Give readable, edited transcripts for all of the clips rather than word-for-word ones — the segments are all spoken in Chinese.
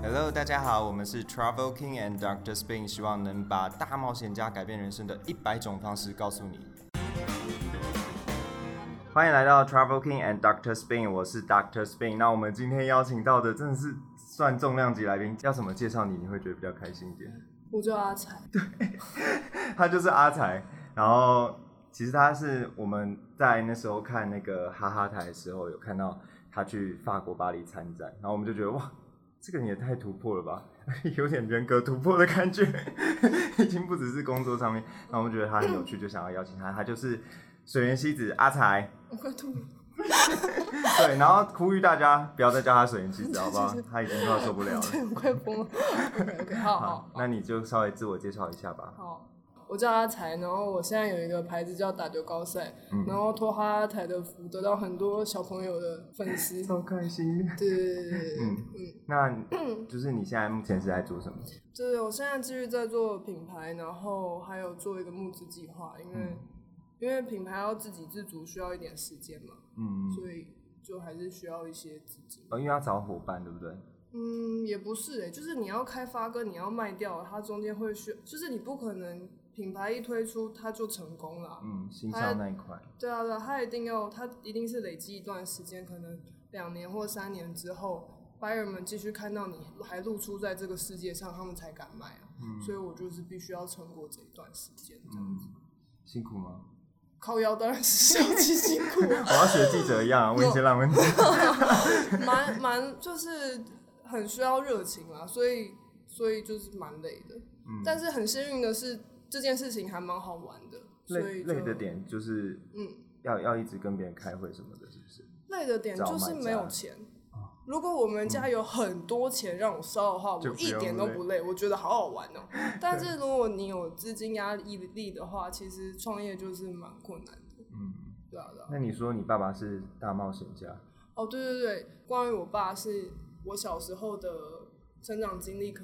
Hello， 大家好，我们是 Travel King and Dr. Spin， 希望能把大冒险家改变人生的100种方式告诉你。欢迎来到 Travel King and Dr. Spin， 我是 Dr. Spin。那我们今天邀请到的真的是算重量级来宾，要怎么介绍你会觉得比较开心一点？ 我叫阿才。 对，他就是阿才。然后其实他是我们在那时候看那个哈哈台的时候，有看到他去法国巴黎参展，然后我们就觉得哇，这个人也太突破了吧，有点人格突破的感觉，已经不只是工作上面。然后我们觉得他很有趣，就想要邀请他。他就是水原希子阿才。 我快吐了。 对，然后呼吁大家不要再叫他水原希子，好不好？他已经快要受不了了。 我快疯了。OK， 好， 那你就稍微自我介绍一下吧。 好。我叫阿才，然后我现在有一个牌子叫打球高赛，然后托哈台的福得到很多小朋友的粉丝， 超开心。 对， 那就是你现在目前是在做什么？ 就是我现在继续在做品牌，然后还有做一个募资计划，因为品牌要自给自足需要一点时间嘛，所以就还是需要一些资金。 因为要找伙伴，对不对？ 也不是就是你要开发跟你要卖掉，它中间会需要，就是你不可能品牌一推出它就成功了。 行销那一块。对啊，它一定是累积一段时间，可能2年或3年之后，buyer们继续看到你还露出在这个世界上，他们才敢卖啊。所以我就是必须要撑过这一段时间，这样子。 辛苦吗？ 靠腰当然是超级辛苦。 我要学记者一样问一些烂问题。 蛮就是很需要热情啦，所以就是蛮累的。但是很幸运的是，这件事情还蛮好玩的。 累的点就是要一直跟别人开会什么的，是不是？ 累的点就是没有钱。如果我们家有很多钱让我烧的话，我一点都不累，我觉得好好玩哦。但是如果你有资金压力的话，其实创业就是蛮困难的。对啊。 那你说你爸爸是大冒险家？ 哦，对，关于我爸是我小时候的成长经历，可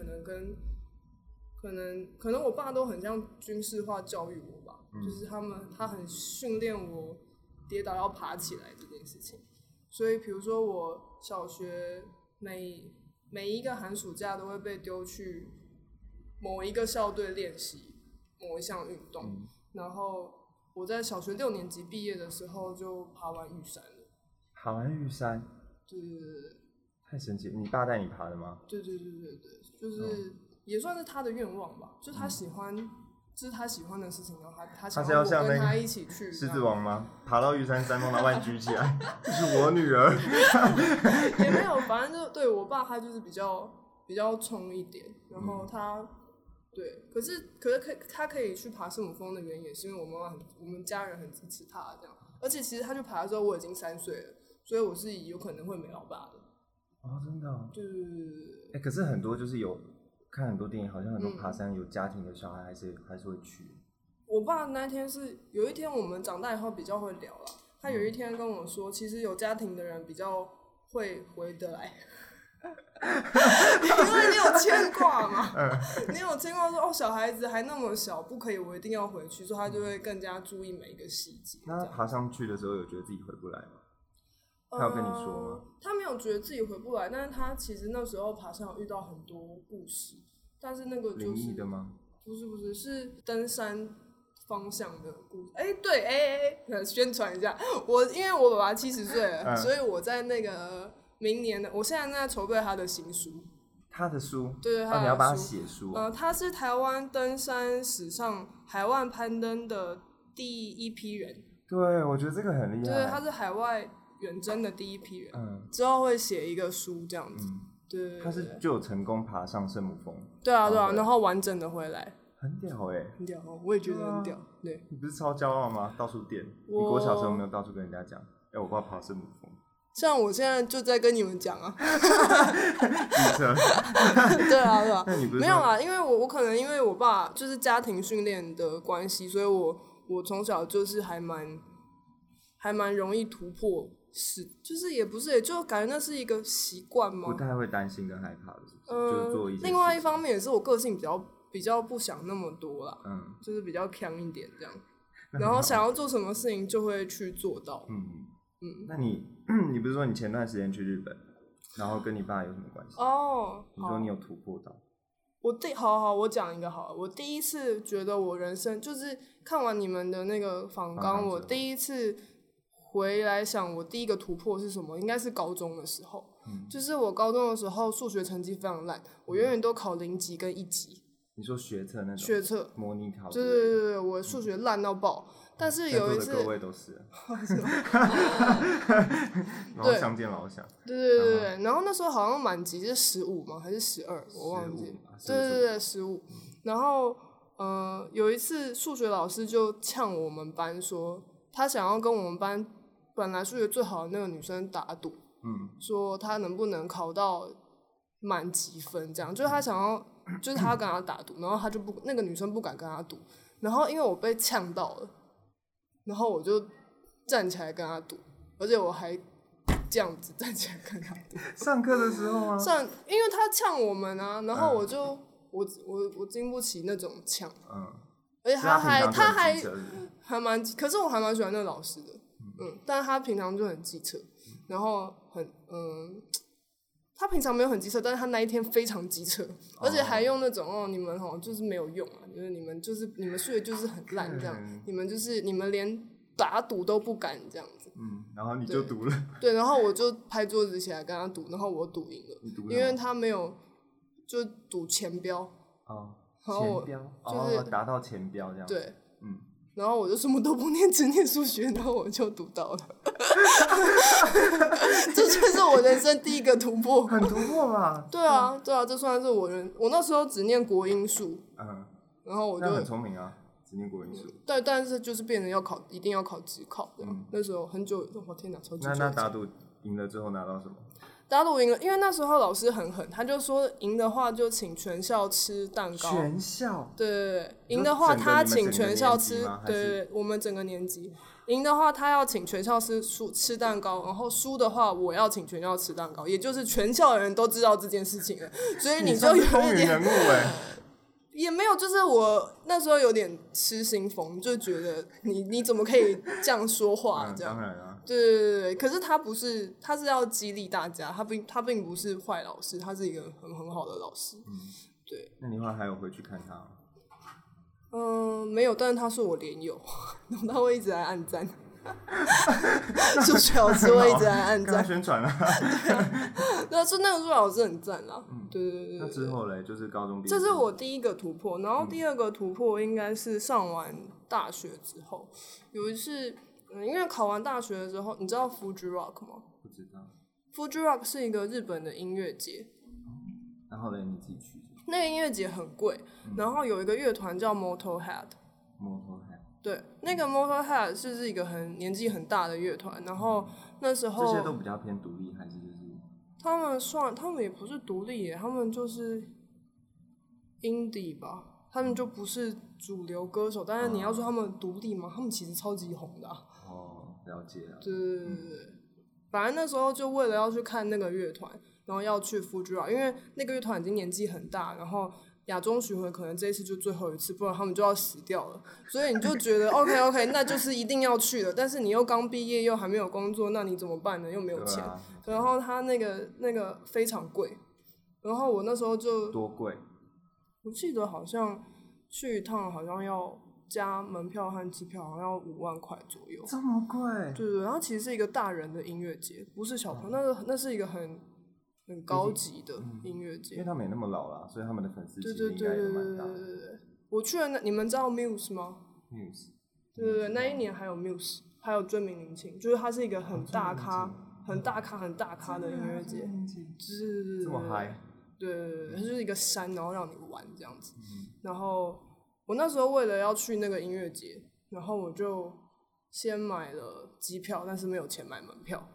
能我爸都很像军事化教育我吧，就是他很训练我跌倒要爬起来这件事情。所以比如说我小学每一个寒暑假都会被丢去某一个校队练习某一项运动，然后我在小学6年级毕业的时候就爬完玉山了。爬完玉山？ 对， 太神奇！你爸带你爬的吗？ 对，就是也算是他的愿望吧，就是他喜欢。这是他喜欢的事情，然后他想要我跟他一起去。 狮子王吗？爬到玉山山峰，把碗举起来，这是我女儿。 也没有，反正就对我爸，他就是比较冲一点，然后对，可是他可以去爬圣母峰的原因，也是因为我们家人很支持他这样，而且其实他去爬的时候我已经3岁了，所以我是有可能会没老爸的。 哦，真的哦？ 对。 可是很多就是看很多电影，好像很多爬山有家庭的小孩还是会去。 我爸那天有一天我们长大以后比较会聊了，他有一天跟我说，其实有家庭的人比较会回得来，因为你有牵挂嘛，你有牵挂说小孩子还那么小，不可以，我一定要回去，所以他就会更加注意每一个细节。 那他爬上去的时候有觉得自己回不来吗？他有跟你说吗？ 他没有觉得自己回不来，但是他其实那时候爬上遇到很多故事，但是那个就是灵异的吗？ 不是，是登山方向的故事。对，宣传一下，因为我爸爸70岁了，所以我在那个明年的，我现在正在筹备他的新书。 他的书？ 对，他的书。 你要帮他写书？ 他是台湾登山史上海外攀登的第一批人。 对，我觉得这个很厉害。 对，他是海外远征的第一批人，之后会写一个书这样子。对， 他就有成功爬上圣母峰。 对啊，然后完整的回来， 很屌很屌，我也觉得很屌。对， 你不是超骄傲吗？到处垫。你国小时候没有到处跟人家讲，我爸爬圣母峰。 像我现在就在跟你们讲啊。 机车。 对啊。 那你不是没有啊？因为我可能因为我爸就是家庭训练的关系，所以我从小就是还蛮容易突破。就是也不是，也就感觉那是一个习惯吗？ 不太会担心跟害怕的，是不是？就是做一些。 另外一方面也是我个性比较不想那么多啦，就是比较强一点这样，然后想要做什么事情就会去做到。 那你不是说你前段时间去日本？ 然后跟你爸有什么关系？ 哦， 你说你有突破到？ 我讲一个好了。我第一次觉得我人生就是看完你们的那个访纲，我第一次回来想，我第一个突破是什么？应该是高中的时候。就是我高中的时候数学成绩非常烂，我永远都考0级跟1级。 你说学测那种？ 学测模拟考。 对，我数学烂到爆。但是有一次， 各位都是，然后相见老乡。 对，然后那时候好像满级是15吗？还是12？我忘记。对，15。然后有一次数学老师就呛我们班说，他想要跟我们班本来数学最好的那个女生打赌，说她能不能考到满级分，这样就是他想要，就是他要跟他打赌，然后他就那个女生不敢跟他赌，然后因为我被呛到了。然后我就站起来跟他赌，而且我还这样子站起来跟他赌。 上课的时候吗？ 因为他呛我们啊，然后我就我经不起那种呛，而且他还蛮，可是我还蛮喜欢那个老师的，但是他平常就很机车，然后他平常没有很机车，但是他那一天非常机车，而且还用那种你们就是没有用啊，就是你们数学就是很烂这样，你们连打赌都不敢这样子。 然后你就赌了。 对，然后我就拍桌子起来跟他赌，然后我赌赢了，因为他没有就赌前标。 前标就是达到前标这样。 对，然后我就什么都不念，只念数学，然后我就读到了。这就是我人生第一个突破。 很突破吧？ 对啊，这算是我那时候只念国英数，然后我就很聪明啊，只念国英数。 对，但是就是变成一定要考指考这样。那时候很久，我天哪，超级久。 那打赌赢了之后拿到什么？ 打赌赢了，因为那时候老师很狠，他就说赢的话就请全校吃蛋糕。 全校？ 对，赢的话他请全校吃，对，我们整个年级。赢的话他要请全校吃蛋糕，然后输的话我要请全校吃蛋糕，也就是全校的人都知道这件事情了，所以你就有一点人物也没有，就是我那时候有点失心疯，就觉得你怎么可以这样说话这样？ 当然啊。 对，可是他是要激励大家，他并不是坏老师，他是一个很好的老师。对。 那你后来还有回去看他吗？ 没有，但是他是我连友，然后他会一直来按赞。数学老师会一直来按赞， 宣传了。 对啊，就那个数学老师很赞啦。对。 那之后嘞，就是高中毕业。 这是我第一个突破，然后第二个突破应该是上完大学之后，有一次，因为考完大学的时候，你知道 Fuji Rock 吗？ 不知道。 Fuji Rock 是一个日本的音乐节。 然后嘞，你自己去？ 那个音乐节很贵，然后有一个乐团叫 Motorhead。对，那个 Motorhead 是一个年纪很大的乐团，然后那时候这些都比较偏独立，还是就是？ 他们也不是独立耶，他们就是 indie 吧，他们就不是主流歌手，但是你要说他们独立吗？他们其实超级红的。 了解了。 对，反正那时候就为了要去看那个乐团，然后要去 Fuji Rock， 因为那个乐团已经年纪很大，然后亚洲巡回可能这一次就最后一次，不然他们就要死掉了。所以你就觉得 OK， 那就是一定要去了。但是你又刚毕业，又还没有工作，那你怎么办呢？又没有钱。然后他那个非常贵，然后我那时候就多贵？ 我记得好像去一趟好像要加门票和机票，好像要5万块左右。 这么贵？ 对，然后其实是一个大人的音乐节，不是小朋友。那是一个很高级的音乐节， 因为他们也那么老了，所以他们的粉丝其实应该也蛮大的。 对，我去了你们知道 Muse 吗 ？Muse。 对，那一年还有 Muse， 还有追名林檎，就是它是一个很大咖的音乐节，就是这么嗨。 对，它就是一个山，然后让你玩这样子。然后我那时候为了要去那个音乐节，然后我就先买了机票，但是没有钱买门票。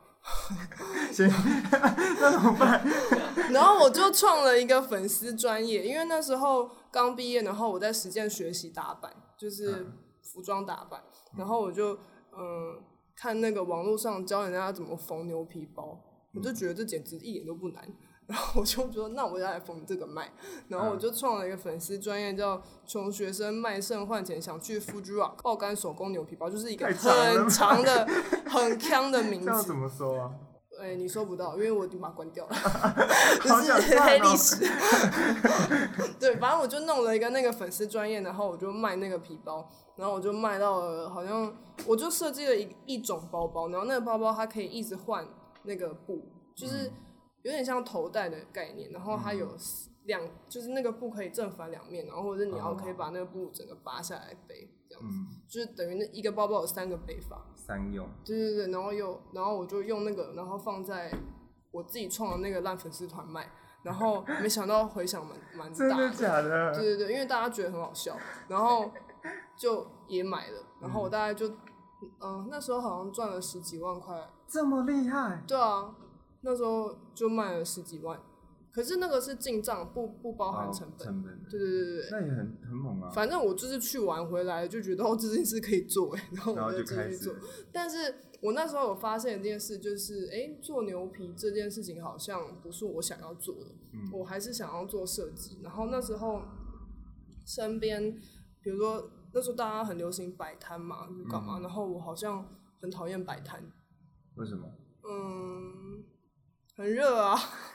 那怎么办？ 然后我就创了一个粉丝专页，因为那时候刚毕业，然后我在实践学习打扮，就是服装打扮，然后我就看那个网络上教人家怎么缝牛皮包，我就觉得这简直一点都不难。然后我就说，那我要来缝这个卖，然后我就创了一个粉丝专页，叫“穷学生卖肾换钱想去 Fuji Rock 爆肝手工牛皮包”，就是一个很长的、很呛的名字。 这要怎么搜啊？ 你收不到，因为我已经把它关掉了， 好想就是看哦黑历史。对，反正我就弄了一个那个粉丝专页，然后我就卖那个皮包，然后我就卖到了，好像我就设计了一种包包，然后那个包包它可以一直换那个布，就是有点像头带的概念，然后它有就是那个布可以正反两面，然后或者你要可以把那个布整个拔下来背，这样子，就是等于那一个包包有3个背法， 三用。 对对对，然后我就用那个，然后放在我自己创的那个烂粉丝团卖，然后没想到回响蛮大真的假的？ 对对对，因为大家觉得很好笑，然后就也买了，然后我大概就那时候好像赚了10几万块， 这么厉害？ 对啊，那时候就卖了10几万，可是那个是进账，不包含成本。 成本。 对对对对， 那也很猛啊。 反正我就是去玩回来就觉得这件事可以做然后我就继续做。但是我那时候有发现一件事，就是做牛皮这件事情好像不是我想要做的，我还是想要做设计。然后那时候身边，比如说那时候大家很流行摆摊嘛，就干嘛？然后我好像很讨厌摆摊。 为什么？ 很热啊。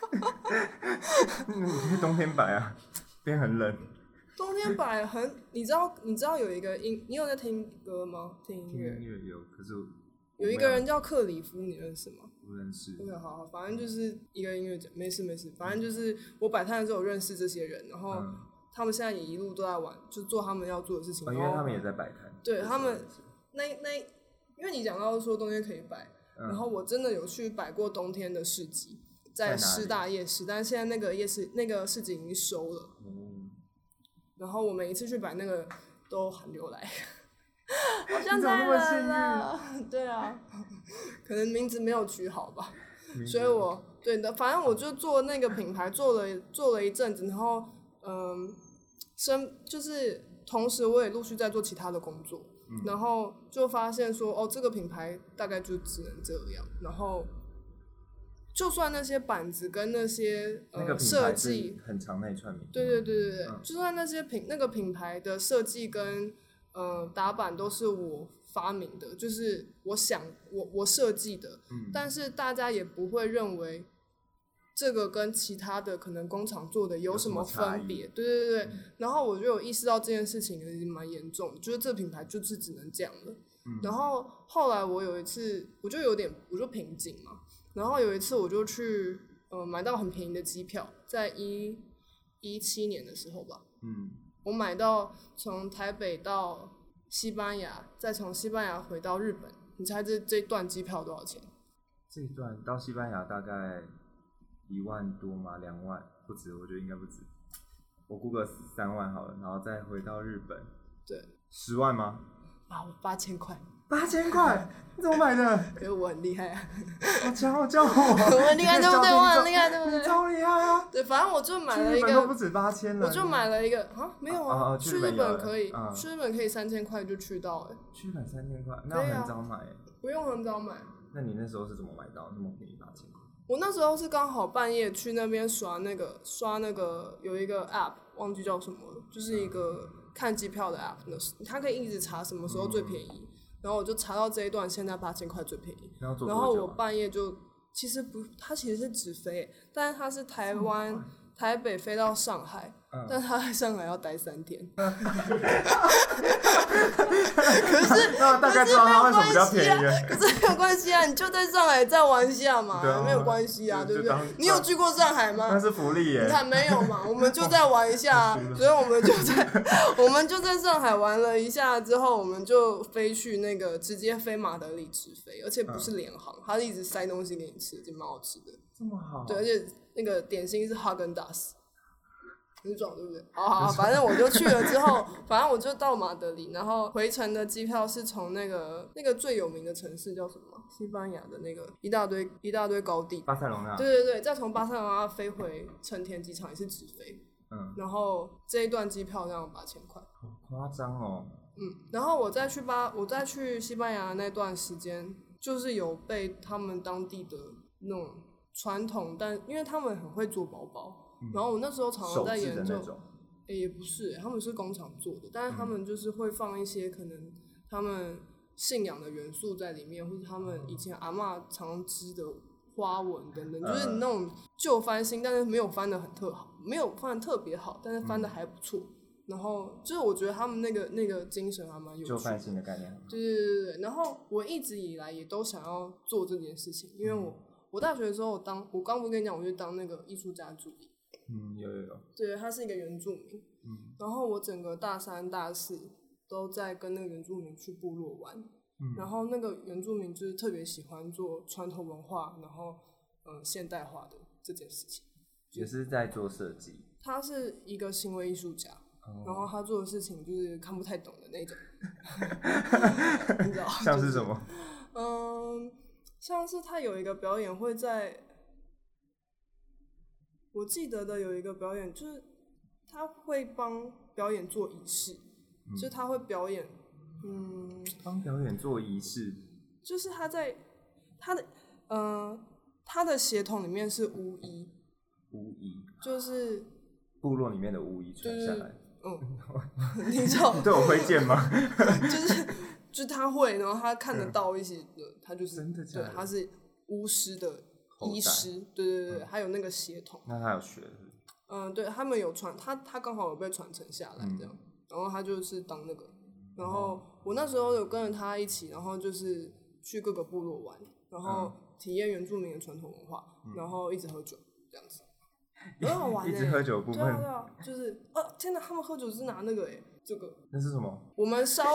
你可以冬天摆啊，边很冷。 冬天摆你知道有一个你有在听歌吗？听音乐有，可是有一个人叫克里夫，你认识吗？ 不认识。 OK， 好，反正就是一个音乐家，没事，反正就是我摆摊的时候有认识这些人，然后他们现在也一路都在玩，就做他们要做的事情。 因为他们也在摆摊。 对他们因为你讲到说冬天可以摆，然后我真的有去摆过冬天的市集，在师大夜市，但是现在那个市集已经收了。然后我每一次去摆那个都寒流来，好像太冷了。对啊，可能名字没有取好吧，所以反正我就做那个品牌做了一阵子，然后就是同时我也陆续在做其他的工作，然后就发现说这个品牌大概就只能这样，然后就算那些板子跟那些设计很长那一串名， 对，就算那个品牌的设计跟打板都是我发明的，就是我设计的，但是大家也不会认为这个跟其他的可能工厂做的有什么分别，对，然后我就有意识到这件事情其实蛮严重的，就是这个品牌就是只能这样了。然后后来我有一次我就瓶颈嘛。然后有一次我就去买到很便宜的机票，在2017年的时候吧，我买到从台北到西班牙，再从西班牙回到日本，你猜这段机票多少钱？ 这一段到西班牙大概1万多吗？2万不止，我觉得应该不止。我估个3万好了，然后再回到日本， 对 ，10万吗？ 我8000块。 8000块，你怎么买的？ 因为我很厉害啊！ 教我，我很厉害对不对？我很厉害对不对？ 你超厉害啊！ 对，反正我就买了一个， 去日本都不止8000了。 我就买了一个没有啊，去日本可以，去日本可以3000块就去到去日本3000块，那很早买不用很早买。 那你那时候是怎么买到那么便宜8000块？ 我那时候是刚好半夜去那边刷那个有一个 app， 忘记叫什么了，就是一个看机票的 app， 它可以一直查什么时候最便宜。然后我就查到这一段，现在8000块最便宜。然后我半夜就，其实不，它其实是直飞，但是它是台北飞到上海，但他在上海要待3天。可是大概知道他为什么比较便宜。 可是没有关系啊，你就在上海再玩一下嘛，没有关系啊，对不对？你有去过上海吗？ 那是福利耶。 你看没有嘛？我们就再玩一下，所以我们就在上海玩了一下之后，我们就飞去那个直接飞马德里直飞，而且不是联航，他一直塞东西给你吃，就蛮好吃的。 这么好。 对，而且那个点心是哈根达斯。很爽，对不对？好，反正我就去了之后，反正我就到马德里，然后回程的机票是从那个最有名的城市叫什么？西班牙的那个一大堆高地。 巴塞隆纳。 对，再从巴塞隆纳飞回成田机场也是直飞。然后这一段机票要8000块。 好夸张哦。 然后我再去西班牙那段时间，就是有被他们当地的那种传统，但因为他们很会做包包。然后我那时候常常在研究，也不是，他们是工厂做的，但是他们就是会放一些可能他们信仰的元素在里面，或者他们以前阿嬷常织的花纹等等，就是那种旧翻新，但是没有翻的很好，没有翻的特别好，但是翻的还不错。然后就是我觉得他们那个精神还蛮有趣的， 旧翻新的概念。 对。然后我一直以来也都想要做这件事情，因为我大学的时候我刚不跟你讲，我就当那个艺术家助理。 有。 对，他是一个原住民。然后我整个大3、大4都在跟那个原住民去部落玩。然后那个原住民就是特别喜欢做传统文化，然后现代化的这件事情， 也是在做设计。 他是一个行为艺术家，然后他做的事情就是看不太懂的那种，你知道？ 像是什么？ 像是他有一个表演会在，我记得的有一个表演就是他会帮表演做仪式，就是他会表演。 帮表演做仪式， 就是他在他的血统里面是巫医，就是部落里面的巫医传下来。 你知道？ 你对我挥剑吗？ 就是他会，然后他看得到一些他就是真的假的？ 对，他是巫师的医师，对，还有那个血统。 那他有学？ 对他们有传，他刚好有被传承下来这样，然后他就是当那个。然后我那时候有跟着他一起，然后就是去各个部落玩，然后体验原住民的传统文化，然后一直喝酒这样子，很好玩。 一直喝酒的部分， 对啊，就是天哪，他们喝酒是拿那个这个那是什么？ 我们烧，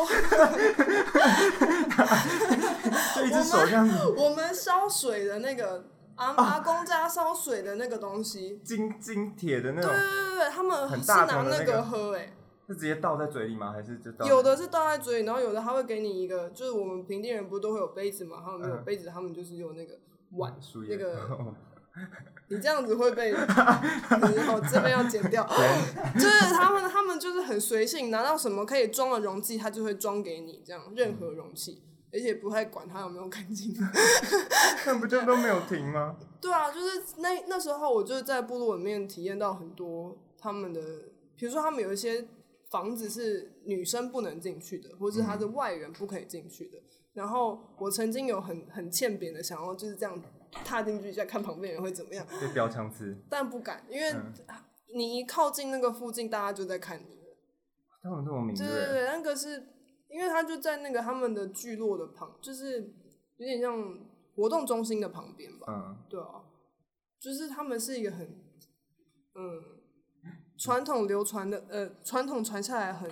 就一只手这样子。 我们烧水的那个阿公家烧水的那个东西， 金铁的那种。 对，他们是拿那个喝是直接倒在嘴里吗？还是就倒？ 有的是倒在嘴里，然后有的他会给你一个，就是我们平地人不都会有杯子嘛？他们没有杯子，他们就是用那个碗，那个。你这样子会被，这边要剪掉。就是他们就是很随性，拿到什么可以装的容器，他就会装给你，这样任何容器，而且不太管它有没有干净。 那不就都没有停吗？ 对啊，就是那时候我就在部落里面体验到很多他们的，比如说他们有一些房子是女生不能进去的，或是他是外人不可以进去的。然后我曾经有很欠扁的想要就是这样踏进去一下，看旁边人会怎么样， 被标枪刺， 但不敢，因为你一靠近那个附近，大家就在看你了。 他们这么敏锐？ 对，那个是因为他就在那个他们的聚落的旁，就是有点像活动中心的旁边吧。对啊，就是他们是一个很传统流传的传统传下来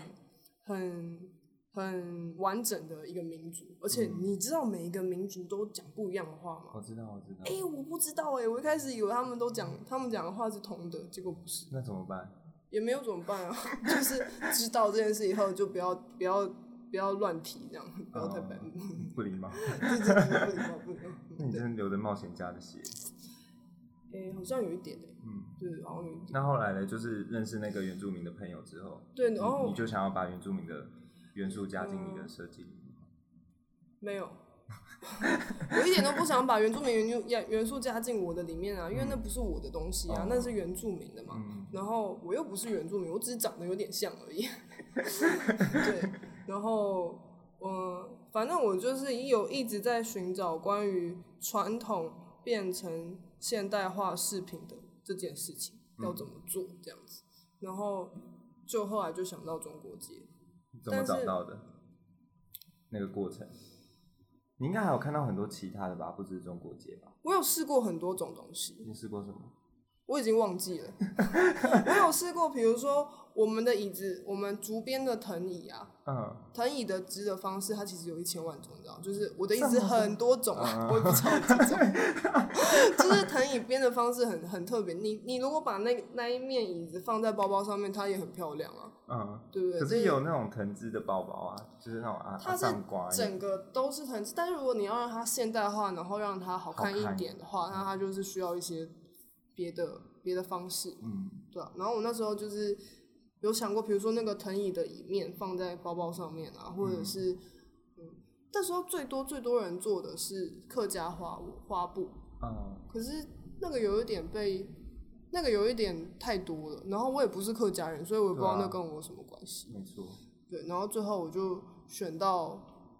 很完整的一个民族，而且你知道每一个民族都讲不一样的话吗？ 我知道。 我不知道我一开始以为他们讲的话是同的，结果不是。 那怎么办？也没有怎么办啊，就是知道这件事以后就不要乱提，这样不要太白目， 不礼貌。 不礼貌。 那你真的流着冒险家的血？ 好像有一点对，好像有一点。 那后来呢？就是认识那个原住民的朋友之后， 对，然后你就想要把原住民的元素加进你的设计里面？ 没有，我一点都不想把原住民元素加进我的里面啊，因为那不是我的东西啊，那是原住民的嘛。然后我又不是原住民，我只是长得有点像而已。对，然后反正我就是一直在寻找关于传统变成现代化饰品的这件事情要怎么做这样子，然后就后来就想到中国结。 怎么找到的？那个过程，你应该还有看到很多其他的吧？不只是中国结吧？ 我有试过很多种东西。 你试过什么？ 我已经忘记了。我有试过，比如说我们的椅子，我们竹编的藤椅啊，藤椅的织的方式，它其实有1000万种，你知道？就是我的椅子很多种啊，我也不知道几种。就是藤椅编的方式很特别。你如果把那一面椅子放在包包上面，它也很漂亮啊。对不对？ 可是有那种藤织的包包啊，就是那种它是整个都是藤织，但是如果你要让它现代化，然后让它好看一点的话，那它就是需要一些别的方式。对啊。然后我那时候就是有想过，比如说那个藤椅的椅面放在包包上面啊，或者是那时候最多人做的是客家花布。可是那个有一点太多了，然后我也不是客家人，所以我也不知道那跟我有什么关系。 没错。 对，然后最后我就选到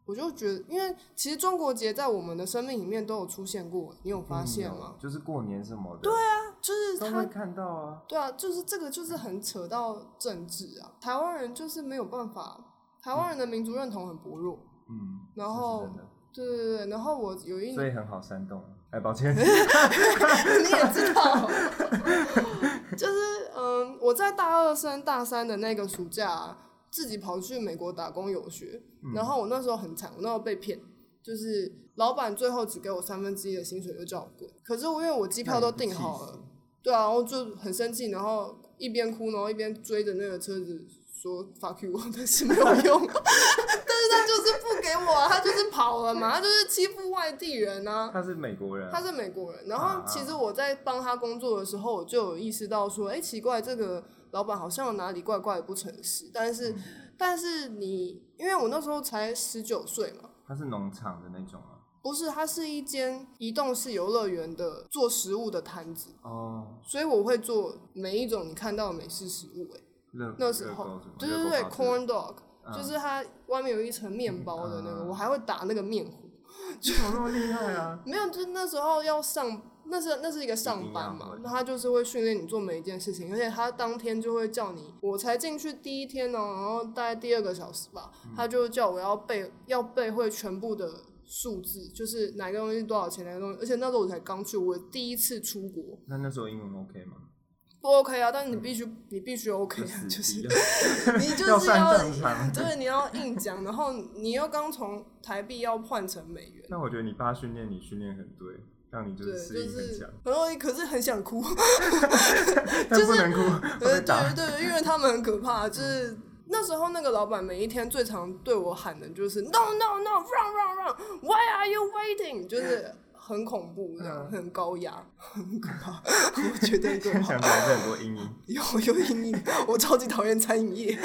我就觉得，因为其实中国节在我们的生命里面都有出现过，你有发现吗？ 就是过年什么的。 对啊，就是都会看到啊。 对啊，就是这个就是很扯到政治啊。台湾人就是没有办法，台湾人的民族认同很薄弱。然后对，然后我有一所以很好煽动。抱歉。 你也知道，就是我在大二升大三的那个暑假，自己跑去美国打工游学，然后我那时候很惨，我那时候被骗，就是老板最后只给我1/3的薪水就叫我滚。可是因为我机票都订好了，对啊，然后就很生气，然后一边哭，然后一边追着那个车子说 fuck you， 但是没有用。但是他就是不给我啊，他就是跑了嘛，他就是欺负外地人啊。 他是美国人。 他是美国人，然后其实我在帮他工作的时候，我就有意识到说，奇怪，这个老板好像哪里怪怪的不诚实。但是你，因为我那时候才19岁嘛。 他是农场的那种啊？ 不是，它是一间移动式游乐园的做食物的摊子。所以我会做每一种你看到的美式食物。那时候，对，corn dog，就是它外面有一层面包的那个，我还会打那个面糊。 就那么厉害啊？ 没有，就那时候要上，那是一个上班嘛，那他就是会训练你做每一件事情，而且他当天就会叫你，我才进去第一天然后大概第2个小时吧，他就叫我要背会全部的数字，就是哪个东西多少钱，哪个东西，而且那时候我才刚去，我第一次出国。 那时候英文 OK 吗？ 不 OK 啊，但是你必须 OK 啊，就是你就是要算正常， 对，你要硬讲，然后你又刚从台币要换成美元。 那我觉得你爸训练很对，让你就是适应很强。 然后可是很想哭， 但不能哭， 对，因为他们很可怕，就是那时候那个老板每一天最常对我喊的就是 No No No Run Why are you waiting， 就是很恐怖，这样很高压，很可怕。我觉得很可怕。 想起来是很多阴影。 有阴影，我超级讨厌餐饮业。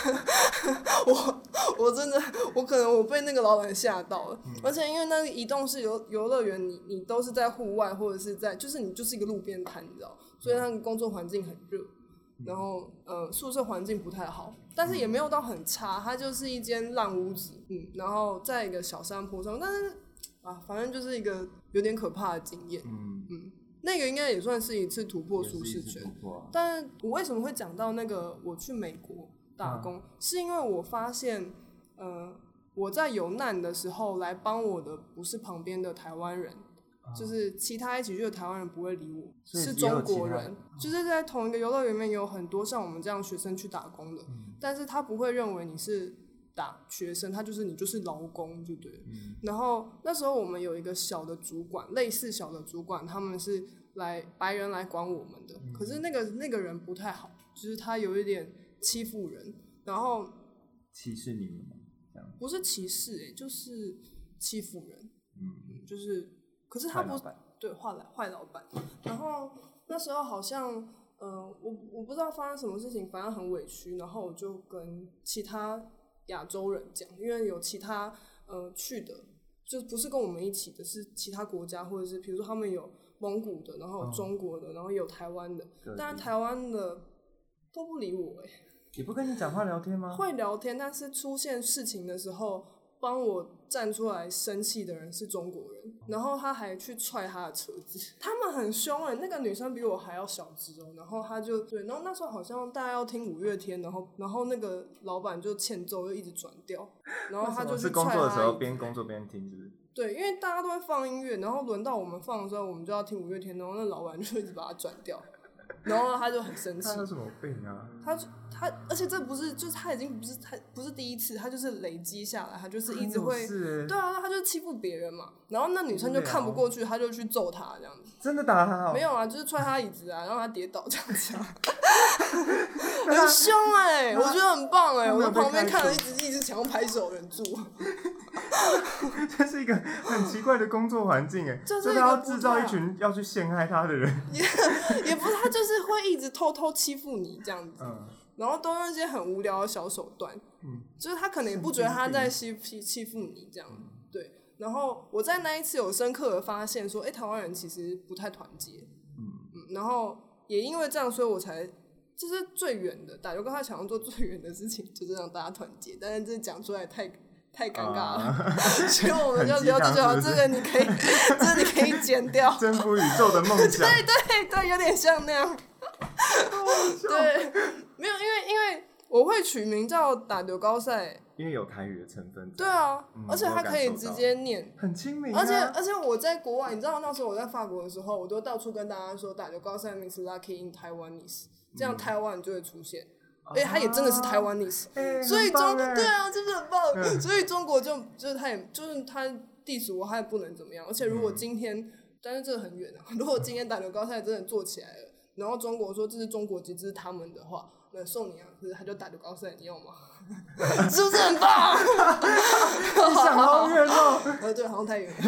我真的，可能我被那个老板吓到了。而且因为那个移动式游乐园，你都是在户外或者是在，就是你就是一个路边摊，你知道，所以那个工作环境很热。然后宿舍环境不太好，但是也没有到很差，它就是一间烂屋子，然后在一个小山坡上，但是反正就是一个有点可怕的经验。那个应该也算是一次突破舒适圈。但是我为什么会讲到那个我去美国打工，是因为我发现我在有难的时候来帮我的不是旁边的台湾人，就是其他一起去的台湾人不会理我，是中国人。就是在同一个游乐园里面有很多像我们这样学生去打工的，但是他不会认为你是学生，他就是你就是劳工就对了。然后那时候我们有一个小的主管，类似小的主管，他们是白人来管我们的，可是那个人不太好，就是他有一点欺负人，然后歧视你们吗？ 不是歧视就是欺负人。就是可是他不对坏老板。然后那时候好像我不知道发生什么事情，反正很委屈，然后我就跟其他亚洲人讲，因为有其他去的，就不是跟我们一起的，是其他国家，或者是比如说他们有蒙古的，然后有中国的，然后有台湾的，但是台湾的都不理我。 也不跟你讲话聊天吗？ 会聊天，但是出现事情的时候帮我站出来生气的人是中国人，然后他还去踹他的车子，他们很凶那个女生比我还要小只然后他就对，然后那时候好像大家要听5月天，然后那个老板就欠揍，就一直转调，然后他就去踹他。是工作的时候边工作边听是不是？ 对，因为大家都会放音乐，然后轮到我们放的时候，我们就要听5月天，然后那老板就一直把他转掉。然后他就很生气。 他有什么病啊？ 他，而且这不是，就是他已经不是第一次，他就是累积下来，他就是一直会，对啊，他就是欺负别人嘛。然后那女生就看不过去，他就去揍他这样子。 真的打他？ 没有啊，就是踹他椅子啊，让他跌倒这样子啊。很凶我觉得很棒我在旁边看了一直想要拍手忍住。 这是一个很奇怪的工作环境就是他要制造一群要去陷害他的人。 也不是，他就是会一直偷偷欺负你这样子。然后都用一些很无聊的小手段。就是他可能也不觉得他在欺负你这样。对。然后我在那一次有深刻的发现说，台湾人其实不太团结。然后也因为这样，所以我才就是最远的打游跟他想要做最远的事情，就是让大家团结。但是这讲出来太太尴尬了，所以我们就留着就好。这个你可以剪掉。 征服宇宙的梦想。 对，有点像那样。对，没有，因为我会取名叫打丢高赛， 因为有台语的成分。 对啊，而且它可以直接念， 很亲民啊。 而且我在国外，你知道那时候我在法国的时候，我都到处跟大家说打丢高赛 means lucky in Taiwanese， 这样台湾就会出现。而且它也真的是台湾历史，所以对啊，真的很棒。所以中国就是他也就是他diss我，他也不能怎么样。而且如果今天，但是这个很远啊。如果今天打球高赛真的做起来了，然后中国说这是中国籍，这是他们的话，那送你啊，可是他就打球高赛，你要吗？是不是很棒？ 你想好远哦。 对，好像太远了。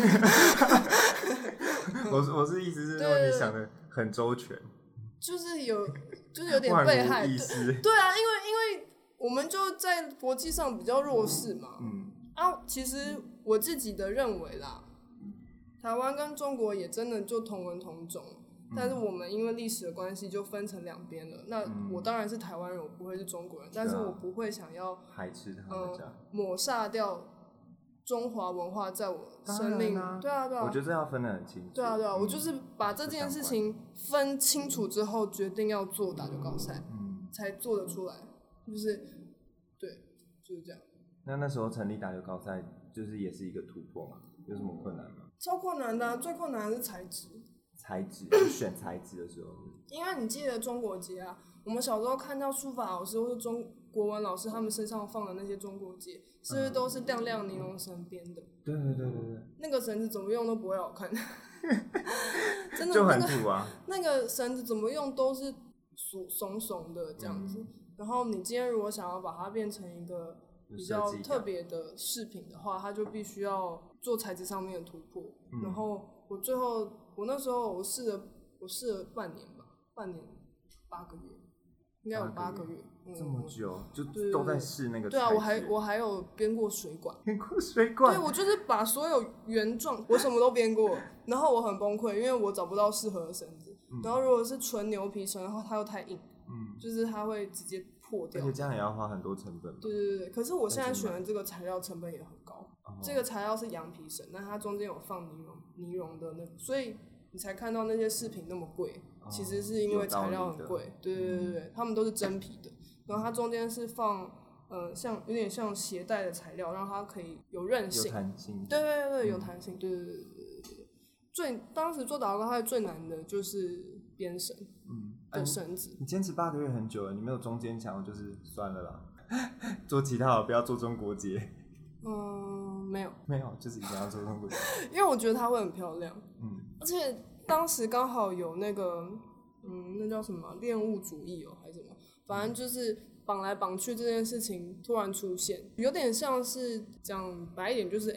我是意思是说你想的很周全。就是有点被害，对啊，因为我们就在国际上比较弱势嘛，其实我自己的认为啦，台湾跟中国也真的就同文同种，但是我们因为历史的关系就分成两边了。那我当然是台湾人，我不会是中国人，但是我不会想要排斥他们抹杀掉中华文化在我生命，对啊， 我觉得这要分得很清楚。 对啊，我就是把这件事情分清楚之后，决定要做打球高赛，才做得出来，就是对，就是这样。那时候成立打球高赛，就是也是一个突破嘛，有什么困难吗？ 超困难的，最困难的是材质。 选材质的时候， 因为你记得中国结啊，我们小时候看到书法老师或是国文老师他们身上放的那些中国结，是不是都是亮亮尼龙绳编的？对。那个绳子怎么用都不会好看，真的就很土啊。 那个绳子怎么用都是怂怂的这样子。然后你今天如果想要把它变成一个比较特别的饰品的话，它就必须要做材质上面的突破。然后我那时候我试了半年8个月。应该有8个月， 这么久就都在试那个材质。 对啊，我还有编过水管。 对， 我就是把所有原状，我什么都编过，然后我很崩溃，因为我找不到适合的绳子。然后如果是纯牛皮绳的话，它又太硬，就是它会直接破掉。 而且这样也要花很多成本。 对。可是我现在选的这个材料成本也很高，这个材料是羊皮绳，但它中间有放尼龙的那个，所以你才看到那些饰品那么贵。其实是因为材料很贵，对，他们都是真皮的，然后它中间是放有点像鞋带的材料，让它可以有韧性， 有弹性， 对，有弹性，对。当时做打球高赛最难的就是编绳的绳子。 你坚持8个月很久了，你没有中间想就是算了啦，做其他的，不要做中国结。 没有， 就是一定要做中国结， 因为我觉得它会很漂亮，而且。当时刚好有那个，那叫什么恋物主义还是什么，反正就是绑来绑去这件事情突然出现，有点像是讲白一点就是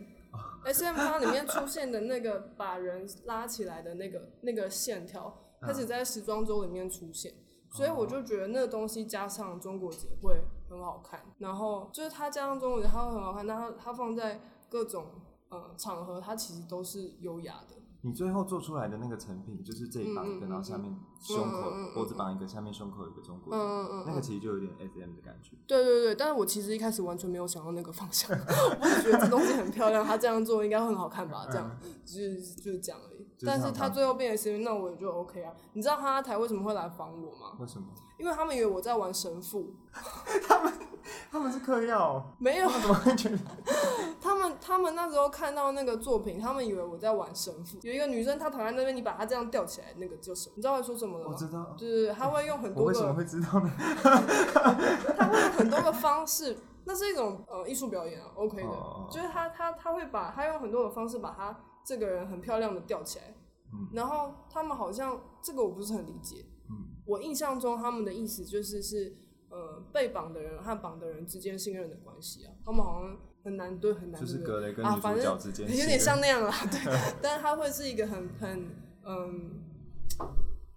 SM 它里面出现的那个把人拉起来的那个线条，开始在时装周里面出现，所以我就觉得那个东西加上中国结会很好看，然后就是它加上中国结它会很好看，但它放在各种场合，它其实都是优雅的。 你最后做出来的那个成品，就是这里绑一个，然后下面胸口脖子绑一个，下面胸口有一个中国结，那个其实就有点 SM 的感觉。 对，但是我其实一开始完全没有想到那个方向，我只觉得这东西很漂亮，它这样做应该会很好看吧，这样就是这样而已。但是它最后变成 SM， 那我也就 OK 啊。你知道哈哈台为什么会来访我吗？ 为什么？ 因为他们以为我在玩神父。 他们是嗑药？ 没有， 怎么会觉得？ 他们那时候看到那个作品，他们以为我在玩神父。有一个女生，她躺在那边，你把她这样吊起来，那个就是你知道会说什么了吗？ 我知道， 就是她会用很多个。 我为什么会知道呢？ 她会用很多个方式，那是一种艺术表演啊 ，OK 的，就是她会把她用很多的方式把她这个人很漂亮的吊起来，然后他们好像这个我不是很理解，我印象中他们的意思就是被绑的人和绑的人之间信任的关系啊，他们好像很难就是格雷跟女主角之间有点像那样啦，对，但是他会是一个很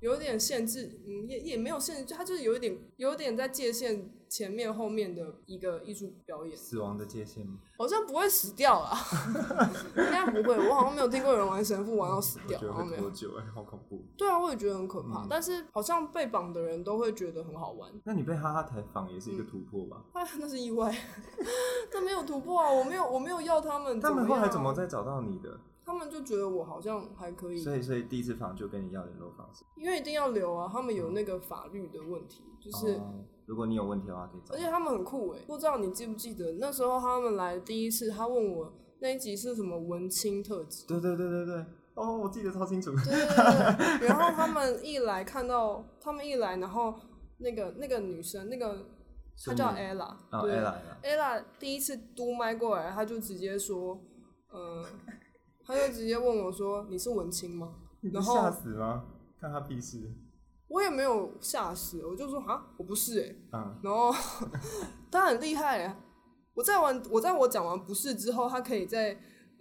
有点限制，也没有限制，就它就是有点在界限前面后面的一个艺术表演。 死亡的界限吗？ 好像不会死掉啦，应该不会。我好像没有听过有人玩神父玩到死掉， 我觉得好像没有。 会多久好恐怖。 对啊，我也觉得很可怕，但是好像被绑的人都会觉得很好玩。 那你被哈哈台访也是一个突破吧？ 那是意外，这没有突破啊！我没有要他们。 他们后来怎么再找到你的？ 他们就觉得我好像还可以， 所以第一次访就跟你要联络方式， 因为一定要留啊，他们有那个法律的问题，就是、 如果你有问题的话可以找。 而且他们很酷不知道你记不记得那时候他们来第一次，他问我那一集是什么文青特辑， 对，我记得超清楚。 对，然后他们一来，然后那个女生她叫 Ella， 对 ，Ella 第一次嘟麦过来，她就直接说，他就直接问我说：“你是文青吗？” 你不吓死吗？看他屁事。 我也没有吓死，我就说啊，我不是然后他很厉害我在我讲完不是之后，他可以在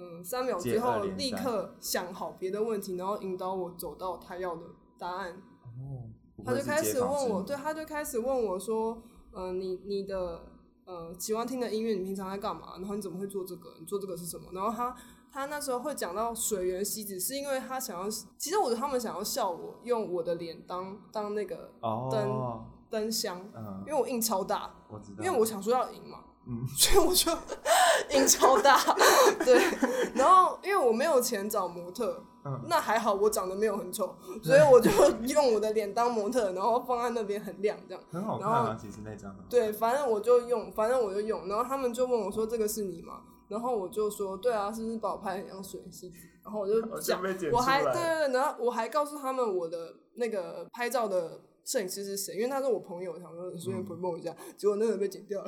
3秒之后立刻想好别的问题，然后引导我走到他要的答案。他就开始问我，对，他就开始问我说：“你的喜欢听的音乐，你平常在干嘛？然后你怎么会做这个？你做这个是什么？”然后他那时候会讲到水源希子，是因为他想要，其实我觉得他们想要笑我，用我的脸当那个灯箱，因为我印超大， 我知道， 因为我想说要赢嘛，所以我就印超大，对，然后因为我没有钱找模特。那还好，我长得没有很丑，所以我就用我的脸当模特，然后放在那边很亮，这样很好看啊。其实那张对，反正我就用，然后他们就问我说：“这个是你吗？”然后我就说：“对啊，是不是把我拍很像水源希子？”然后我就讲，我还对，然后我还告诉他们我的那个拍照的摄影师是谁，因为他是我朋友，想说顺便 promote 一下，结果那个被剪掉了，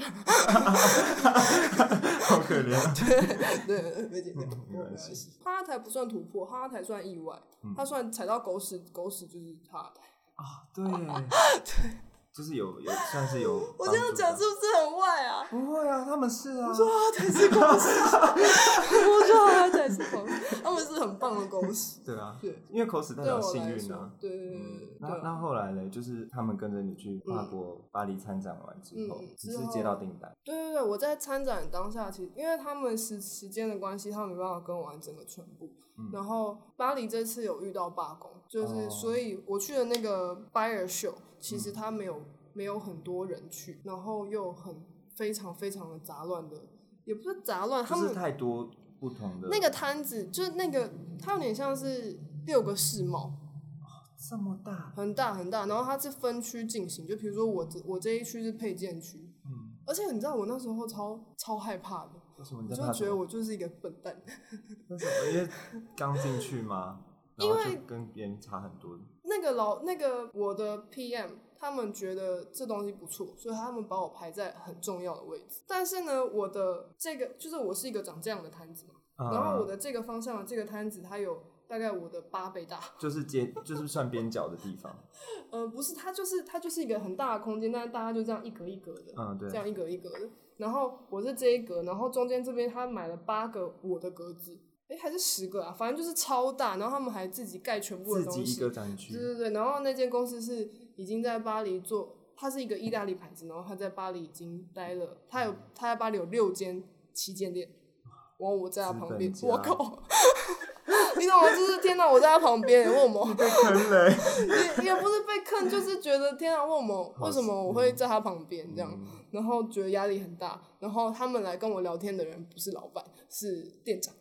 好可怜。 对，被剪掉，没关系。哈哈台不算突破，哈哈台算意外，他算踩到狗屎，狗屎就是哈哈台。 对，就是有算是有。 我这样讲是不是很坏啊？ 不会啊，他们是啊。 我说哈哈台是狗屎，我说哈哈台是狗屎，他们是很棒的狗屎。 对啊，对，因为狗屎代表幸运啊。 对。 那后来呢？就是他们跟着你去法国巴黎参展完之后，只是接到订单。 对，我在参展当下，其实因为他们时间的关系，他们没办法跟我完整的全部。然后巴黎这次有遇到罢工，就是所以我去的那个 Buyer Show， 其实他没有很多人去，然后又非常非常的杂乱的，也不是杂乱，他们就是太多不同的那个摊子，就是那个它有点像是6个世贸。 这么大， 很大很大，然后它是分区进行，就比如说我这一区是配件区，而且你知道我那时候超害怕的， 为什么你在怕？我就觉得我就是一个笨蛋。 为什么？因为刚进去吗？然后就跟别人差很多。 那个我的 PM 他们觉得这东西不错，所以他们把我排在很重要的位置。但是呢，我的这个就是我是一个长这样的摊子嘛，然后我的这个方向的这个摊子它有大概我的8倍大，就是算边角的地方。不是，它就是一个很大的空间，但是大家就这样一格一格的， 对， 这样一格一格的。然后我是这一格，然后中间这边他买了8个我的格子，还是10个啊，反正就是超大。然后他们还自己盖全部的东西， 自己一个展区。 对。然后那间公司是已经在巴黎做，它是一个意大利牌子，然后他在巴黎已经待了，他在巴黎有6间旗舰店，我在他旁边，我靠。你懂吗？就是天哪，我在他旁边，为什么？ 被坑了也不是被坑，就是觉得天哪，为什么我会在他旁边这样？然后觉得压力很大。然后他们来跟我聊天的人不是老板，是店长。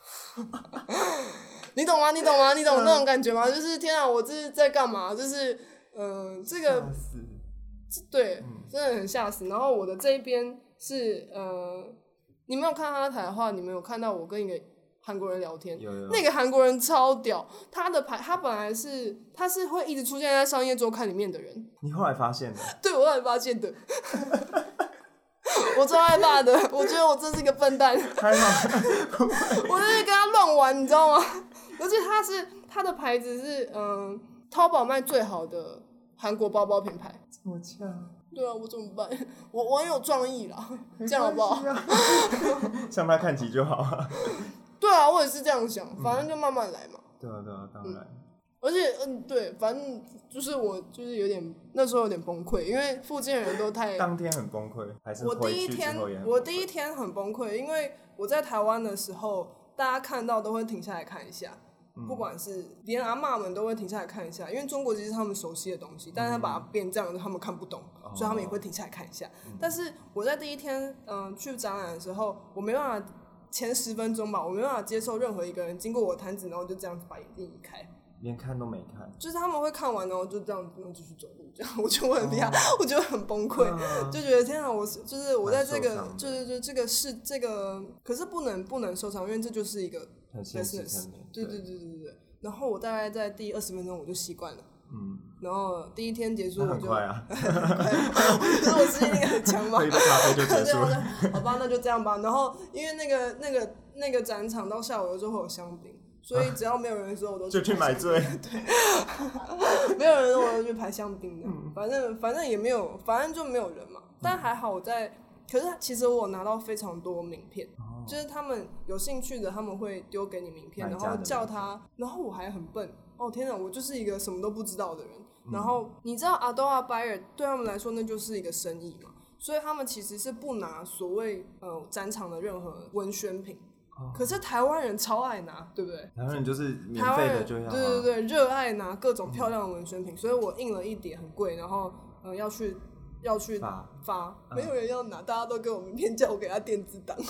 你懂吗？你懂那种感觉吗？就是天哪，我这是在干嘛？就是这个吓死， 对，真的很吓死。然后我的这一边是你没有看他的台的话，你没有看到我跟一个韩国人聊天， 有那个韩国人超屌，他本来他是会一直出现在商业周刊里面的人。 你后来发现的？ 对，我后来发现的。我超害怕的，我觉得我真是一个笨蛋。 还好， 我就是跟他乱玩，你知道吗？而且他的牌子是淘宝卖最好的韩国包包品牌。 这么强？ 对啊，我怎么办？我很有创意啦，这样好不好？ 向他看齐就好。 对啊，我也是这样想，反正就慢慢来嘛。 对啊，当然。 而且对，反正就是我就是有点那时候有点崩溃，因为附近的人都太当天很崩溃，还是我回去之后也很崩溃？ 我第一天很崩溃，因为我在台湾的时候，大家看到都会停下来看一下。不管是连阿嬷们都会停下来看一下，因为中国其实是他们熟悉的东西，但是他把它变这样，他们看不懂，所以他们也会停下来看一下。但是我在第一天去展览的时候，我没办法前10分钟吧，我没办法接受任何一个人经过我摊子，然后就这样子把眼睛移开， 连看都没看， 就是他们会看完，然后就这样继续走路，这样我就会很厉害，我觉得很崩溃，就觉得天啊，我在这个，就是这个是这个，可是不能受伤，因为这就是一个 business， 对。然后我大概在第20分钟我就习惯了，然后第一天结束我就很快啊， 可是我适应力很强嘛， 喝一杯咖啡就结束了， 好吧，那就这样吧。然后因为那个展场到下午的时候会有香槟。所以只要没有人的时候，我都就去买醉。 对，没有人的时候我都去排香槟的。反正也没有，反正就没有人嘛。但还好可是其实我拿到非常多名片，就是他们有兴趣的，他们会丢给你名片，然后叫他，然后我还很笨。哦天哪，我就是一个什么都不知道的人。然后你知道Ardora Buyer 对他们来说那就是一个生意嘛，所以他们其实是不拿所谓展场的任何文宣品。可是台湾人超爱拿，对不对？ 台湾人就是免费的就要， 对，热爱拿各种漂亮的文宣品，所以我印了一叠很贵，然后要去发，没有人要拿，大家都给我名片，叫我给他电子档，超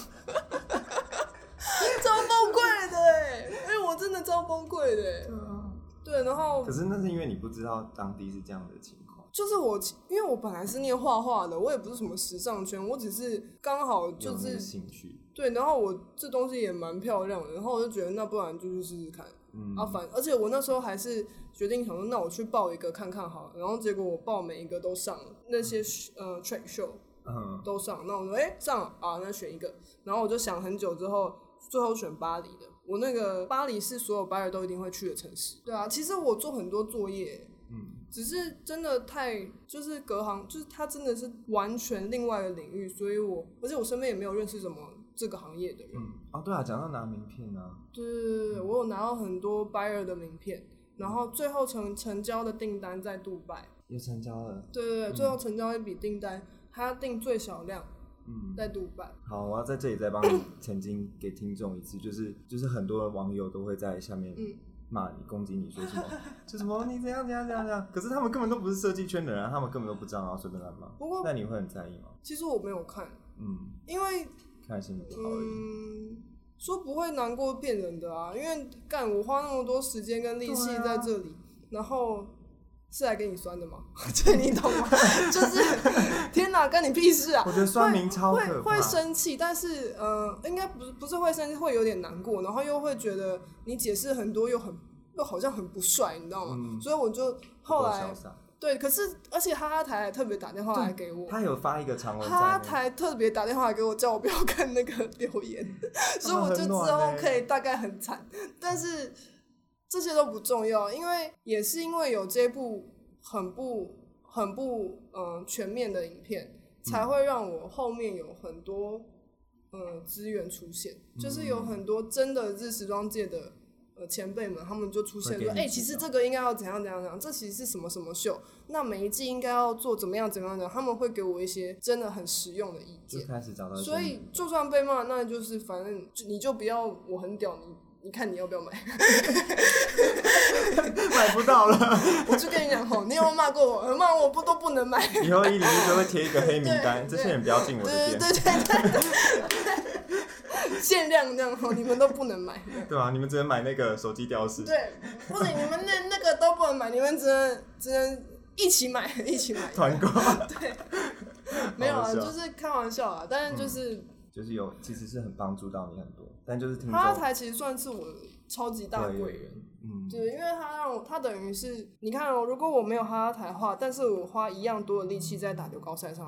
崩溃的我真的超崩溃的对，然后可是那是因为你不知道当地是这样的情况。 就是因为我本来是念画画的，我也不是什么时尚圈，我只是刚好就是有兴趣。 对，然后我这东西也蛮漂亮的，然后我就觉得那不然就去试试看。而且我那时候还是决定想说，那我去报一个看看好了。然后结果我报每一个都上了，那些trade show 都上。那我说上了啊，那选一个。然后我就想很久之后，最后选巴黎的。我那个巴黎是所有buyer都一定会去的城市。对啊，其实我做很多作业。只是真的就是隔行，就是它真的是完全另外的领域，所以而且我身边也没有认识什么这个行业的人。 对啊，讲到拿名片啊， 对，我有拿到很多 buyer 的名片，然后最后成交的订单在杜拜， 也成交了。 对，最后成交一笔订单，他订最小量。在杜拜。 好，我要在这里再帮你澄清给听众一次，就是很多网友都会在下面骂你、攻击你，说什么就什么你怎样，可是他们根本都不是设计圈的人，他们根本都不知道，然后随便乱骂。 不过， 那你会很在意吗？ 其实我没有看，因为看心情不好而已。 说不会难过骗人的啊，因为我花那么多时间跟力气在这里，然后是来给你酸的吗？这你懂吗？就是天哪，干你屁事啊！ 我觉得酸民超可怕， 会生气，但是应该不是会生气，会有点难过，然后又会觉得你解释很多又好像很不帅，你知道吗？所以我就后来对，可是而且哈哈台还特别打电话来给我， 他有发一个长文， 哈哈台特别打电话来给我，叫我不要看那个留言，所以我就之后可以大概很惨，但是这些都不重要，因为有这部很不全面的影片，才会让我后面有很多资源出现，就是有很多真的是时装界的前辈们，他们就出现说，其实这个应该要怎样，这其实是什么什么秀，那每一季应该要做怎么样，他们会给我一些真的很实用的意见， 就开始找到。 所以就算被骂，那就是反正你就不要我很屌，你看你要不要买？ 买不到了。 我就跟你讲你有没有骂过我？骂我都不能买。 以后101就会贴一个黑名单，这些人不要进我的店。 对，限量这样你们都不能买。 对啊，你们只能买那个手机吊饰。 对，不行，你们那个都不能买，你们只能一起买。 团购。 对，没有啊，就是开玩笑啊，但是就是其实是很帮助到你很多，但就是听众哈哈台其实算是我超级大贵人，对，因为他等于是你看如果我没有哈哈台的话，但是我花一样多的力气在打流高赛上面，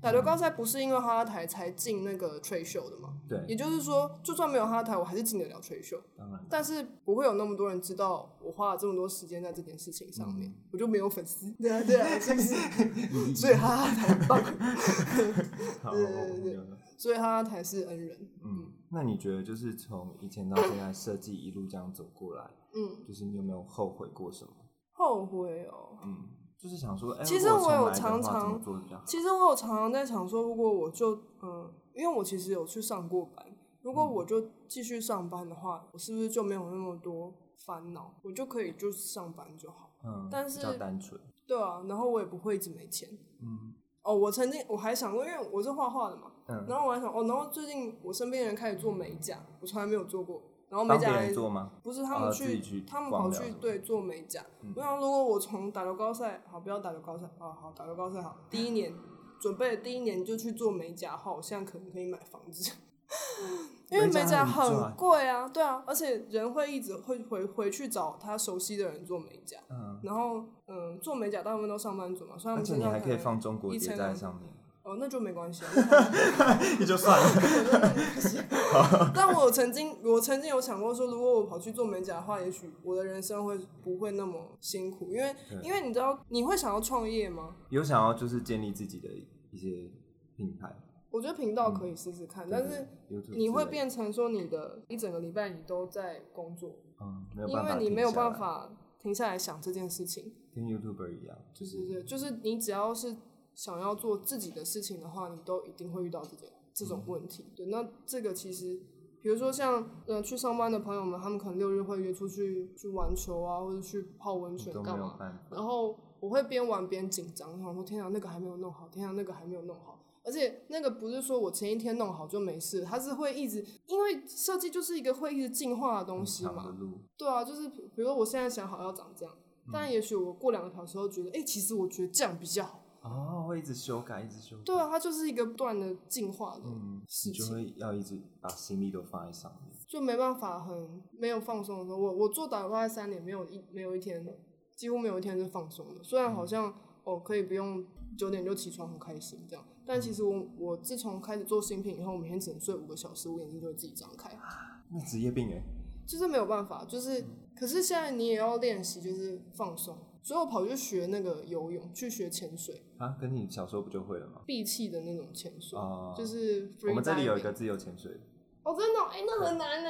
打流高赛不是因为哈哈台才进那个trade show的嘛？ 对， 也就是说，就算没有哈哈台，我还是进得了trade show。 当然， 但是不会有那么多人知道我花了这么多时间在这件事情上面，我就没有粉丝。对啊，对啊，是不是？所以哈哈台很棒。对，所以哈哈台是恩人。 那你觉得就是从以前到现在设计一路这样走过来，就是你有没有后悔过什么？ 后悔哦。 就是想说， 其实我有常常在想说，如果我就因为我其实有去上过班，如果我就继续上班的话，我是不是就没有那么多烦恼，我就可以就上班就好。但是比较单纯。 对啊，然后我也不会一直没钱。我还想过，因为我是画画的嘛，然后我还想然后最近我身边人开始做美甲，我从来没有做过。然后美甲帮别人做吗？ 不是，他们他们跑去做美甲。我想，如果我从打流高赛，好，不要打流高赛，好打流高赛好，第一年准备的第一年就去做美甲，好，我现在可能可以买房子，因为美甲很贵啊，对啊，而且人会一直会回去找他熟悉的人做美甲，然后做美甲大部分都上班族嘛，所以他们而且你还可以放中国结在上面。 那就没关系你就算了。 但我曾经有想过说，如果我跑去做美甲的话，也许我的人生不会那么辛苦，因为你知道，你会想要创业吗？ 有想要就是建立自己的一些品牌。 我觉得频道可以试试看，但是你会变成说你的一整个礼拜你都在工作，因为你没有办法停下来想这件事情， 跟 YouTuber 一样， 就是你只要是想要做自己的事情的话，你都一定会遇到这种问题。对，那这个其实，比如说像去上班的朋友们，他们可能6日会约出去玩球啊，或者去泡温泉干嘛，然后我会边玩边紧张，想说天啊，那个还没有弄好，天啊，那个还没有弄好。而且那个不是说我前一天弄好就没事，它是会一直，因为设计就是一个会一直进化的东西嘛。对啊，就是比如说我现在想好要长这样，但也许我过2个小时后觉得，其实我觉得这样比较好。 会一直修改，一直修改。 对啊，它就是一个不断的进化的事情。 你就会要一直把心力都放在上面， 就没办法没有放松的时候。我做打大概3年，没有一天，几乎没有一天是放松的。虽然好像可以不用9点就起床，很开心这样，但其实我自从开始做新品以后，每天只能睡5个小时，我眼睛就会自己张开。 那职业病就是没有办法，可是现在你也要练习，就是放松。所以我跑去学那个游泳，去学潜水啊，跟你小时候不就会了吗？ 闭气的那种潜水，就是 free diving。 我们这里有一个自由潜水。 真的那很难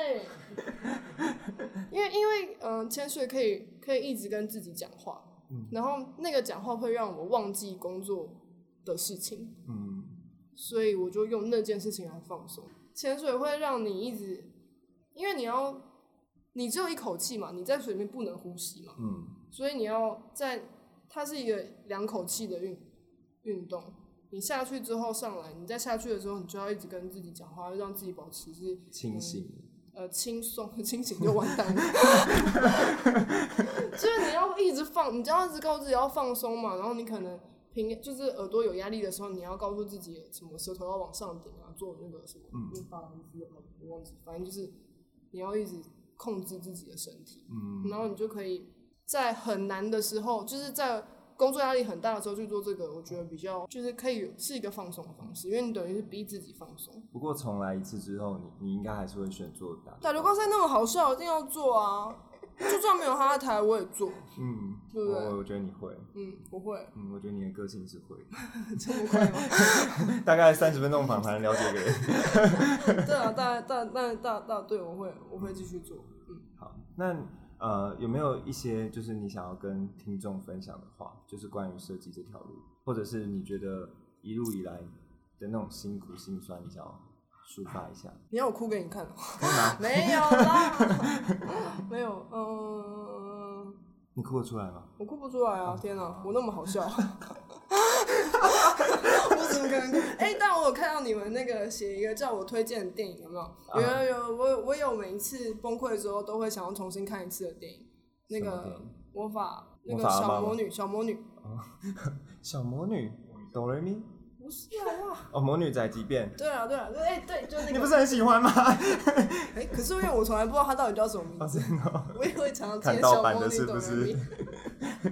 因为潜水可以一直跟自己讲话，然后那个讲话会让我忘记工作的事情，所以我就用那件事情来放松。潜水会让你一直，因为你只有一口气嘛，你在水面不能呼吸嘛，所以它是一个2口气的运动。你下去之后上来，你再下去的时候，你就要一直跟自己讲话，让自己保持是清醒。 清醒就完蛋了。就是你要一直你就要一直告诉自己要放松嘛，然后你可能就是耳朵有压力的时候，你要告诉自己什么舌头要往上顶啊，做那个什么发兰兹，我忘记，反正就是你要一直控制自己的身体，然后你就可以在很难的时候，就是在工作压力很大的时候去做这个，我觉得比较就是可以是一个放松的方式，因为你等于是逼自己放松。 不过重来一次之后，你应该还是会选做打流高赛那么好笑，一定要做啊！就算没有哈哈台，我也做。对不对？ 我觉得你会。 我会。 我觉得你的个性是会。 这么快吗？ 大概30分钟访谈了解一个人。 对啊，对，我会继续做。 好，那有没有一些就是你想要跟听众分享的话，就是关于设计这条路，或者是你觉得一路以来的那种辛苦辛酸，你想要抒发一下？ 你要我哭给你看吗？ 可以吗？ 没有啦，没有。 你哭得出来吗？ 我哭不出来啊！天哪，我那么好笑。我怎么可能？但我有看到你们那个写一个叫我推荐的电影，有没有？有，我有每一次崩溃的时候都会想要重新看一次的电影，那个魔法，那个小魔女。小魔女，哆来咪？不是啊！ 魔女宅急便。 对，对，就那个。 你不是很喜欢吗？ 可是因为我从来不知道她到底叫什么名字，我也会常常接小魔女哆来咪。对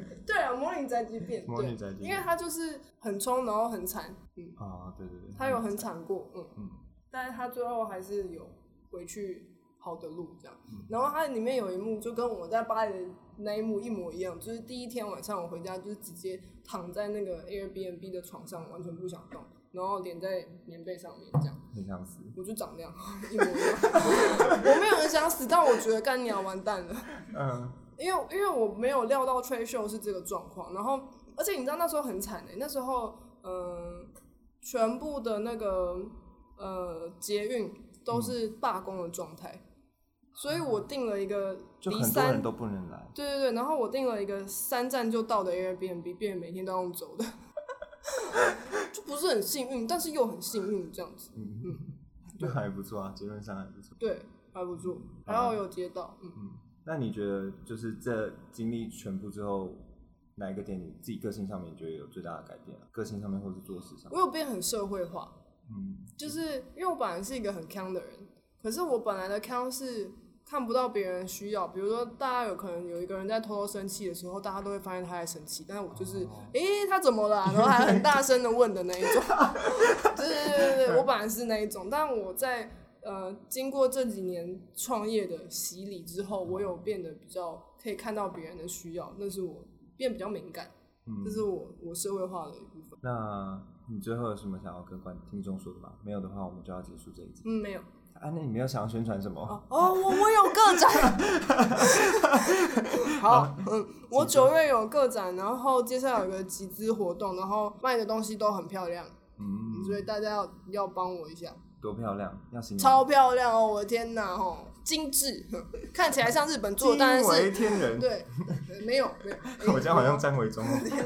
啊，魔女宅急便， 魔女宅急便， 因为他就是很冲，然后很惨， 对， 他有很惨过，但是他最后还是有回去好的路这样。然后它里面有一幕就跟我在巴黎的那一幕一模一样，就是第一天晚上我回家就是直接躺在那个 Airbnb 的床上，完全不想动，然后脸在棉被上面这样。 很想死。 我就长那样，一模一样。我没有很想死，但我觉得干鸟完蛋了。因为我没有料到 trade show 是这个状况，然后而且你知道那时候很惨那时候全部的那个捷运都是罢工的状态，所以我订了一个就很多人都不能来。 对，然后我订了一个3站就到的 Airbnb， 变成每天都要用走的，就不是很幸运，但是又很幸运这样子。 就还不错啊，结论上还不错。 对，还不错，还好有接到。 那你觉得就是这经历全部之后，哪一个点你自己个性上面觉得有最大的改变啊？个性上面或是做事上面？ 我有变很社会化。就是因为我本来是一个很强的人，可是我本来的强是看不到别人需要，比如说大家有可能有一个人在偷偷生气的时候，大家都会发现他在生气，但是我就是他怎么了然后还很大声的问的那一种。对，我本来是那一种，但我在经过这几年创业的洗礼之后，我有变得比较可以看到别人的需要，那是我变比较敏感，这是我社会化的一部分。 那你最后有什么想要跟听众说的吗？没有的话，我们就要结束这一集。 没有。 那你没有想要宣传什么？ 我有个展。好，我9月有个展，然后接下来有个集资活动，然后卖的东西都很漂亮，所以大家要帮我一下。 多漂亮，要形容。 超漂亮哦！我的天哪，精致，看起来像日本做，但是惊为天人。 对，没有。 我这样好像张伟忠。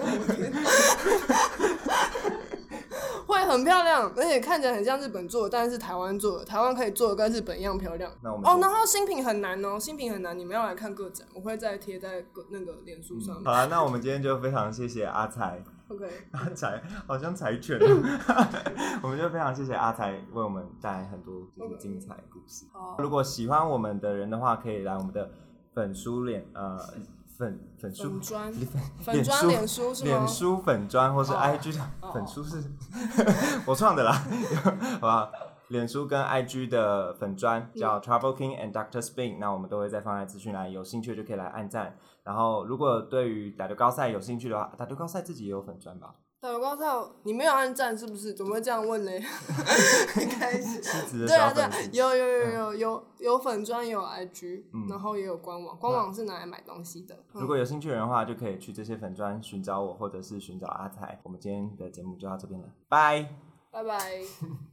会很漂亮，而且看起来很像日本做的，但是台湾做的，台湾可以做的跟日本一样漂亮。 那我们然后新品很难新品很难，你们要来看个展，我会再贴在那个脸书上面。 好啦，那我们今天就非常谢谢阿才。 OK， 阿才好像柴犬。我们就非常谢谢阿才为我们带来很多就是精彩的故事。如果喜欢我们的人的话，可以来我们的粉书脸脸书是吗？脸书粉专或是 IG 的粉书是我创的啦，好吧？脸书跟 IG 的粉专叫 Travel King and Dr. Spin， 那我们都会再放在资讯栏，有兴趣就可以来按赞。然后如果对于打球高赛有兴趣的话，打球高赛自己也有粉专吧？打球高赛你没有按赞是不是？怎么会这样问呢？一开始对啊，有粉专，也有 IG，然后也有官网，官网是拿来买东西的。如果有兴趣的人的话，就可以去这些粉专寻找我，或者是寻找阿才。我们今天的节目就到这边了，拜拜。